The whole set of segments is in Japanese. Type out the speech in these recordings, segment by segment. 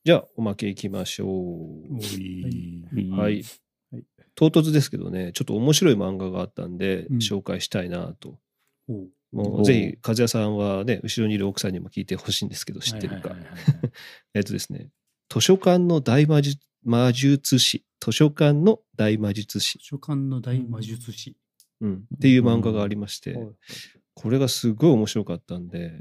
じゃあおまけいきましょう。はい。唐突ですけどね、ちょっと面白い漫画があったんで、紹介したいなと。もうぜひ和也さんはね、後ろにいる奥さんにも聞いてほしいんですけど、知ってるか。ですね、図書館の大魔術師、図書館の大魔術師。 図書館の大魔術師。 っていう漫画がありまして、これがすごい面白かったんで、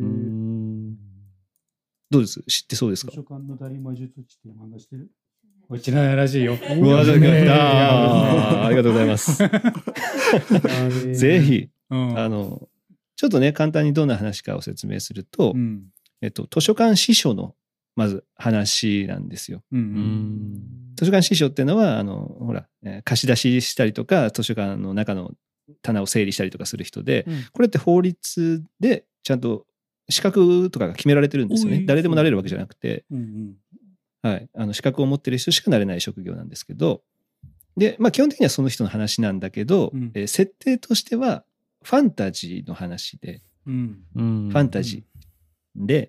どうです？知ってそうですか？ 図書館の大魔術師っていう漫画してる？こちららしいよ。 ありがとうございます。ぜひ、ちょっとね、簡単にどんな話かを説明すると、図書館司書のまず話なんですよ。図書館司書っていうのはほら、貸し出ししたりとか図書館の中の棚を整理したりとかする人で、これって法律でちゃんと資格とかが決められてるんですよね。誰でもなれるわけじゃなくて、はい、資格を持ってる人しかなれない職業なんですけど、で、基本的にはその人の話なんだけど、設定としてはファンタジーの話で、ファンタジーで、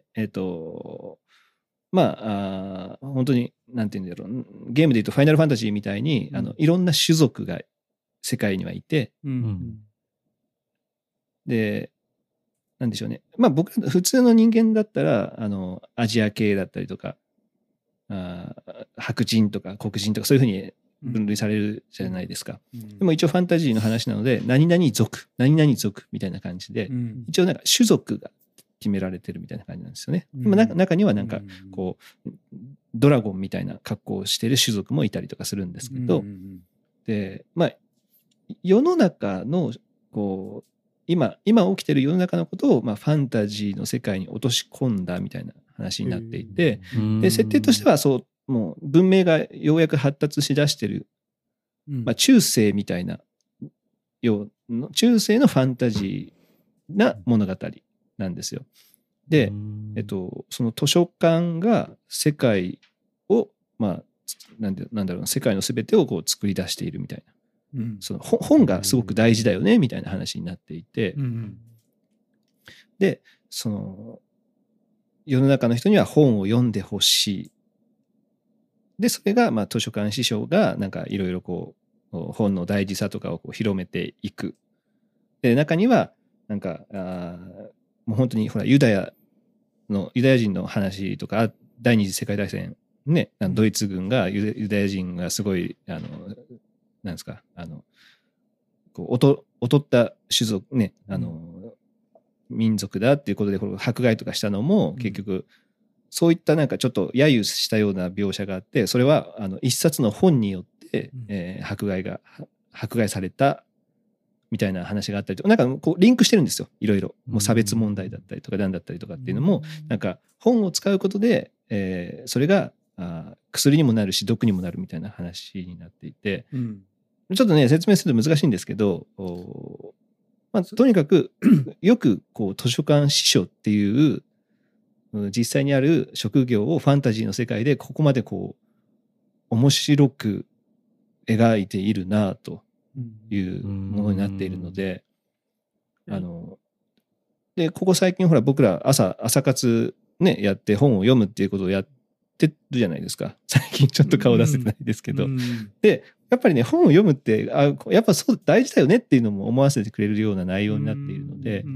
本当になんていうんだろう、ゲームで言うとファイナルファンタジーみたいに、いろんな種族が世界にはいて、で、なんでしょうね、僕普通の人間だったらアジア系だったりとか、白人とか黒人とかそういうふうに分類されるじゃないですか。でも一応ファンタジーの話なので、何々族みたいな感じで、一応なんか種族が決められてるみたいな感じなんですよね。でも中にはなんかこうドラゴンみたいな格好をしてる種族もいたりとかするんですけど、で世の中のこう今起きてる世の中のことをファンタジーの世界に落とし込んだみたいな話になっていて、で設定としてはもう文明がようやく発達しだしてる、中世みたいな中世のファンタジーな物語なんですよ。で、その図書館が世界をなんだろう、世界の全てをこう作り出しているみたいな、その本がすごく大事だよねみたいな話になっていて、でその世の中の人には本を読んでほしい。でそれが図書館司書がなんかいろいろこう本の大事さとかをこう広めていく。で中にはなんかもう本当にほらユダヤ人の話とか、第二次世界大戦ね、ドイツ軍がユダヤ人がすごいなんですか、こう劣った種族ね、民族だっていうことでこれ迫害とかしたのも結局、そういったなんかちょっと揶揄したような描写があって、それは一冊の本によって、迫害されたみたいな話があったりとか、なんかこうリンクしてるんですよ、いろいろ。もう差別問題だったりとか何だったりとかっていうのも、なんか本を使うことで、それが薬にもなるし毒にもなるみたいな話になっていて、ちょっとね説明すると難しいんですけど、とにかくよくこう図書館司書っていう実際にある職業をファンタジーの世界でここまでこう面白く描いているなというものになっているので、でここ最近ほら僕ら朝活ねやって本を読むっていうことをやってるじゃないですか。最近ちょっと顔出せてないですけど、でやっぱりね本を読むってやっぱそう大事だよねっていうのも思わせてくれるような内容になっているので、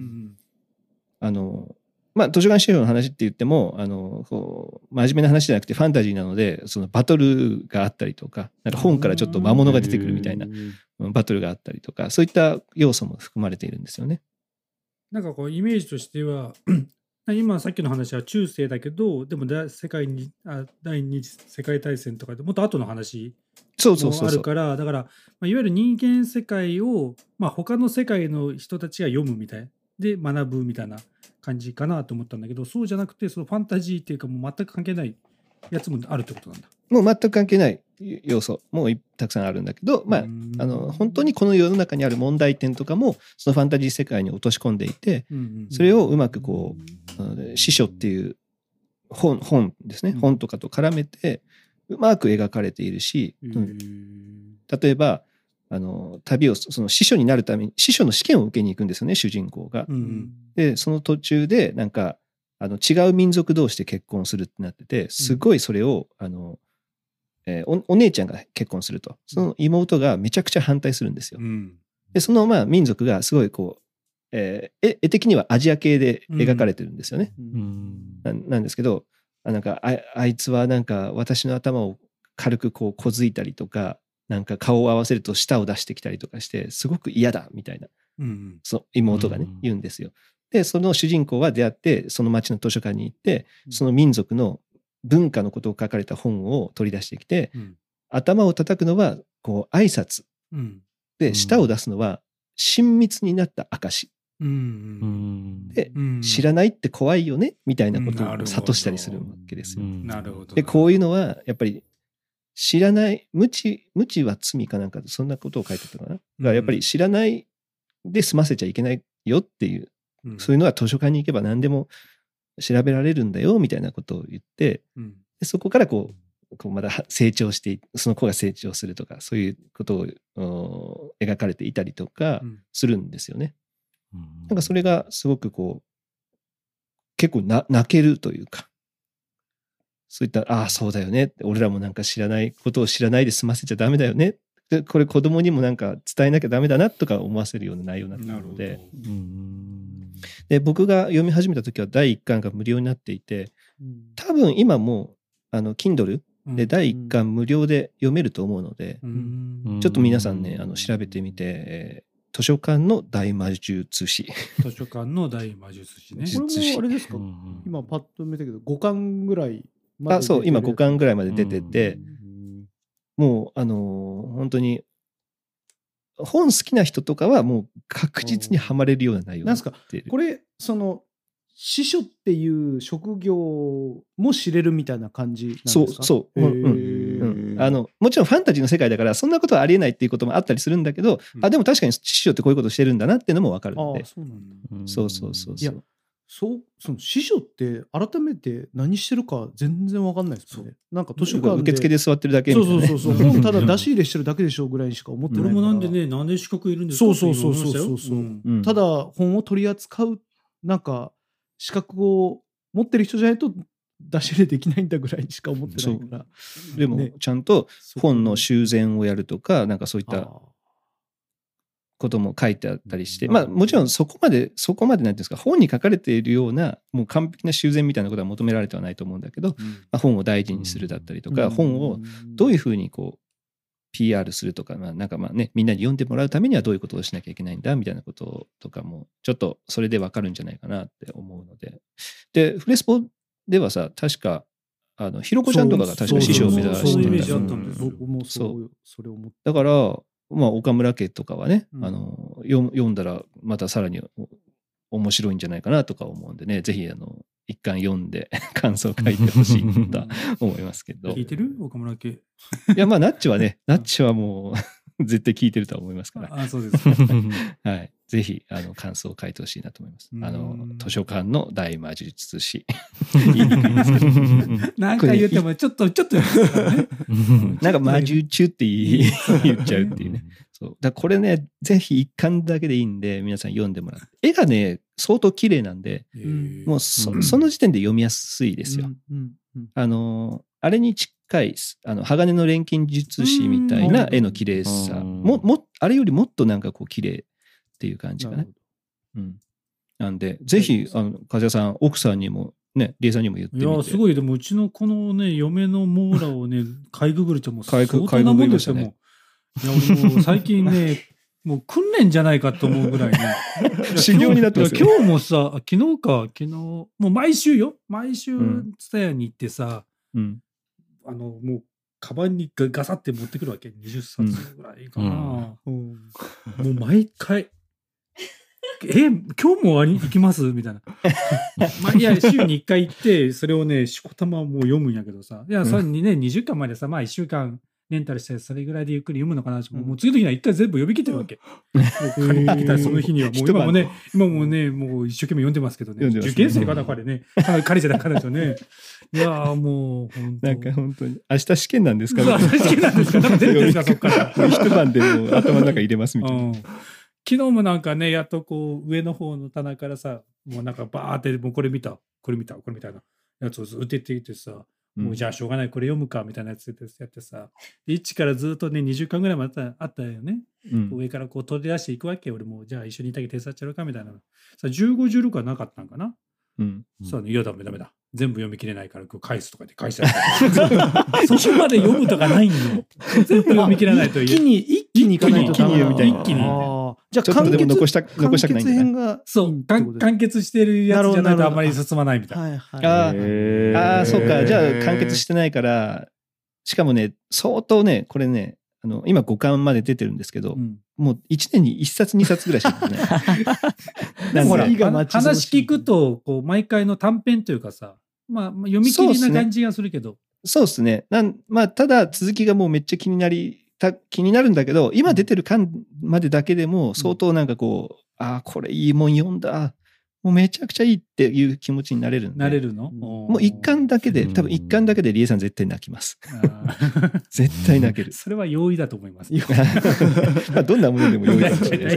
図書館司書の話って言ってもこう真面目な話じゃなくてファンタジーなので、そのバトルがあったりとか、なんか本からちょっと魔物が出てくるみたいなバトルがあったりとか、そういった要素も含まれているんですよね。 なんかこうイメージとしては今さっきの話は中世だけど、でも第二次世界大戦とかでもっと後の話もあるから、だから、いわゆる人間世界を、他の世界の人たちが読むみたいで学ぶみたいな感じかなと思ったんだけど、そうじゃなくてそのファンタジーっていうかもう全く関係ないやつもあるってことなんだ。 もう全く関係ない要素もたくさんあるんだけど、本当にこの世の中にある問題点とかもそのファンタジー世界に落とし込んでいて、それをうまくこう司書っていう本ですね、本とかと絡めてうまく描かれているし、例えば旅をその司書になるために司書の試験を受けに行くんですよね、主人公が。でその途中でなんか違う民族同士で結婚するってなってて、すごいそれを、お姉ちゃんが結婚すると、その妹がめちゃくちゃ反対するんですよ。で、その民族がすごいこう、絵的にはアジア系で描かれてるんですよね。なんですけど、なんかあいつはなんか私の頭を軽くこう小づいたりとか、なんか顔を合わせると舌を出してきたりとかして、すごく嫌だみたいな、そう妹がね、言うんですよ。で、その主人公は出会って、その町の図書館に行って、その民族の文化のことを書かれた本を取り出してきて、頭を叩くのはこう挨拶、で、舌を出すのは親密になった証。で、知らないって怖いよねみたいなことを諭したりするわけですよ。で、こういうのはやっぱり知らない、無知は罪かなんかそんなことを書いてたかな。だからやっぱり知らないで済ませちゃいけないよっていう、そういうのは図書館に行けば何でも調べられるんだよみたいなことを言って、でそこからこうまだ成長して、その子が成長するとか、そういうことを描かれていたりとかするんですよね。なんかそれがすごくこう、結構泣けるというか、そういった、ああ、そうだよね。俺らもなんか知らないことを知らないで済ませちゃダメだよね。で、これ子供にもなんか伝えなきゃダメだなとか思わせるような内容になっているので、で、僕が読み始めた時は第1巻が無料になっていて、多分今もKindle で第1巻無料で読めると思うので、ちょっと皆さんね、調べてみて、図書館の大魔術師。 図書館の大魔術師ね。 これもあれですか、今パッと見たけど5巻ぐらいまでそう、今5巻ぐらいまで出てて、もう本当に本好きな人とかはもう確実にはまれるような内容になっている。 なんですか、これその司書っていう職業も知れるみたいな感じなんですか？ そう。もちろんファンタジーの世界だからそんなことはありえないっていうこともあったりするんだけど、でも確かに司書ってこういうことしてるんだなっていうのも分かるので。 そうなんだ。 そう。 いや、その司書って改めて何してるか全然分かんないですよね。なんか図書館で受付で座ってるだけみたいな、ね。 そう本ただ出し入れしてるだけでしょぐらいにしか思ってないから。 俺もなんで資格いるんですか？ そう。ただ本を取り扱うなんか資格を持ってる人じゃないと出し入れできないんだぐらいにしか思ってないから。 でもちゃんと本の修繕をやるとか、なんかそういったことも書いてあったりして、もちろんそこまでなんていうんですか、本に書かれているようなもう完璧な修繕みたいなことは求められてはないと思うんだけど、本を大事にするだったりとか、本をどういうふうにこう PR するとか、なんかみんなに読んでもらうためにはどういうことをしなきゃいけないんだみたいなこととかもちょっとそれでわかるんじゃないかなって思うので、でフレスポではさ、確かひろこちゃんとかが確か師匠を目指してた。 そういうイメージあったんですよ。 僕もそれを思って。 だから岡村家とかはね、読んだらまたさらに面白いんじゃないかなとか思うんでね、ぜひ一巻読んで感想を書いてほしいと思いますけど。 聞いてる？岡村家。 いや、ナッチはもう絶対聞いてるとは思いますから。 そうですか。 はい。ぜひ感想を書いてほしいなと思います。図書館の大魔術師。 何回言ってもちょっとなんか魔術って言っちゃうっていうね。そうだこれね、ぜひ一巻だけでいいんで皆さん読んでもらって、絵がね相当綺麗なんで、もうその時点で読みやすいですよ。あれに近い鋼の錬金術師みたいな絵の綺麗さ、あれよりもっとなんかこう綺麗っていう感じかね。なんでぜひ梶谷さん、奥さんにもね、リエさんにも言ってみて。 いやすごい。でもうちのこのね嫁の網羅をねかいくぐるともう相当なもんですよ。もいや俺もう最近ねもう訓練じゃないかと思うぐらいね修行になってますよ。 今日もさ、昨日もう毎週ツタヤに行ってさ、もうカバンにガサって持ってくるわけ。20冊ぐらいかな。もう毎回今日も行きますみたいな。いや週に1回行ってそれをねしこたまもう読むんやけどさ、いやさらにね20巻までさ、1週間レンタルしてそれぐらいでゆっくり読むのかな。もう次の日には一回全部読み切ってるわけ。借りてきたその日にはもう今もねもう一生懸命読んでますけどね。受験生かなこれね。彼じゃなかったですよね。いやもうなんか本当に明日試験なんですか？ 明日試験なんですか？なんか出てるんですかそっから。 一晩でもう頭の中入れますみたいな。 昨日もなんかねやっとこう上の方の棚からさもうなんかバーって、もうこれ見た、これ見た、これみたいなやつをずっと言ってきてさ、もうじゃあしょうがない、これ読むかみたいなやつやってさ、1からずっとね、20巻ぐらいまであったよね。上からこう取り出していくわけ。俺も、じゃあ一緒にいたけ手伝っちゃうかみたいな。さ、15、16はなかったんかな。そうね、いやダメダメだ。全部読み切れないから返すとかで返しちゃった。そこまで読むとかないんよ。全部読み切らないと一気にいかないとダメだ。 一気に。 じゃあ完結残したくないんだね。 そう、完結してるやつじゃないとあんまり進まないみたいな。 ああ、そうか。じゃあ完結してないから、しかもね、相当ね、これね、今5巻まで出てるんですけど、もう1年に1冊2冊ぐらいしかない。ほら、話聞くと、こう、毎回の短編というかさ、まあ、読み切りな感じがするけど。 そうですね。まあ、ただ続きがもうめっちゃ気になるんだけど、今出てる巻までだけでも相当なんかこう、これいいもん読んだ。もうめちゃくちゃいいっていう気持ちになれるんで。 なれるの？ もう1巻だけで、多分1巻だけでリエさん絶対泣きます。絶対泣ける。 それは容易だと思います。 どんなものでも容易だと思います。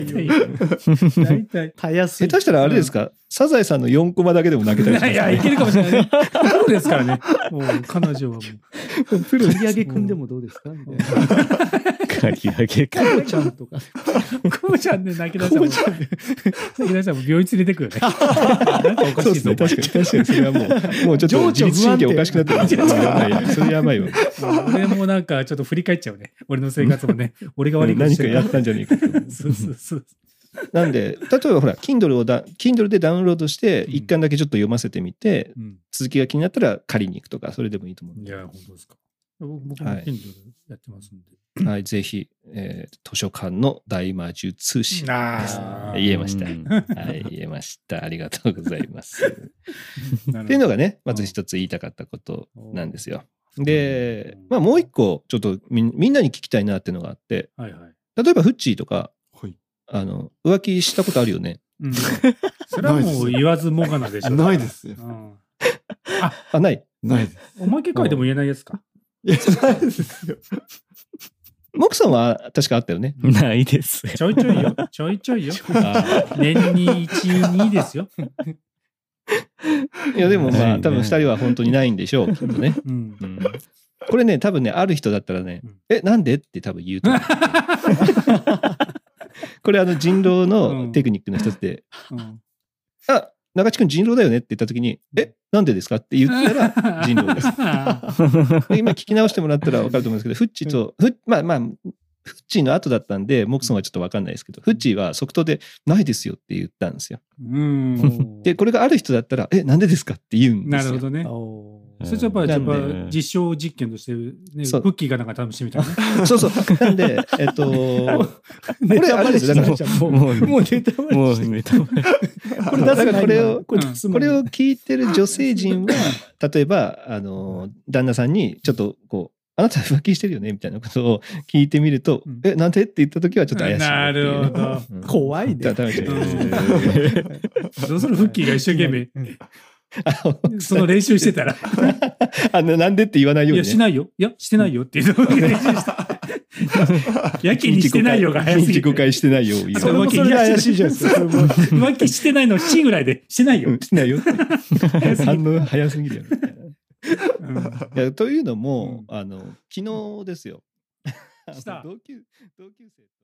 大体。下手したらあれですか、サザエさんの4コマだけでも泣けたりします。 いや、いけるかもしれないね。プロですからね。もう彼女はもう。 プロ。刈り上げくんでもどうですかみたいな。 刈り上げくん。 コモちゃんとか。 コモちゃんで泣き出したらもう病院連れてくよね。なんかおかしいぞ。 確かに。それはもうちょっと自律神経おかしくなってる。それやばいわ。 俺もなんかちょっと振り返っちゃうね。俺の生活もね。俺が悪いことしてる。 何かやったんじゃねえか。 そう。 なんで、例えばほら、Kindle でダウンロードして、一巻だけちょっと読ませてみて、続きが気になったら借りに行くとか、それでもいいと思う。 いや、本当ですか。僕も Kindle やってますんで。 はい、ぜひ、図書館の大魔術師です。言えました。はい、言えました。ありがとうございます。っていうのがね、まず一つ言いたかったことなんですよ。で、まあもう一個、ちょっとみんなに聞きたいなっていうのがあって、例えばフッチーとか、浮気したことあるよね。 それはもう言わずもがなでしょ。 ないですよ。 ない。 ないです。 おまけ会でも言えないやつか。 いや、ないですよ。 モクさんは確かあったよね。 ないです。 ちょいちょいよ。ちょいちょいよ。年に1、2ですよ。 いや、でもまあ、多分2人は本当にないんでしょう、きっとね。これね、多分ね、ある人だったらね、なんでって多分言うと思う。これ人狼のテクニックの一つで、中地君人狼だよねって言った時に、なんでですかって言ったら人狼です。今聞き直してもらったら分かると思うんですけど、フッチと、まあ、フッチーの後だったんで、モクソンはちょっと分かんないですけど、フッチーは即答で、ないですよって言ったんですよ。で、これがある人だったら、なんでですかって言うんですよ。 なるほどね。それじゃやっぱ実証実験として、ね、フッキーがなんか試してみたいな。 そう。なんで、これあれですよ。 もうネタバレして。 これを聞いてる女性陣は、例えば、旦那さんにちょっとこう、あなた浮気してるよねみたいなことを聞いてみると、なんでって言った時はちょっと怪しい。 なるほど。 怖いね。 どうするフッキーが一生懸命。その練習してたらなんでって言わないように、ね。 いや、しないよ。いや、してないよっていうのを練習した。やけにしてないよが早すぎて。 誤解してないよ。 それ怪しいじゃないですか。 浮気してないの C ぐらいで、してないよ。 してないよ。反応早すぎるよ。いやというのも、昨日ですよ。同級生と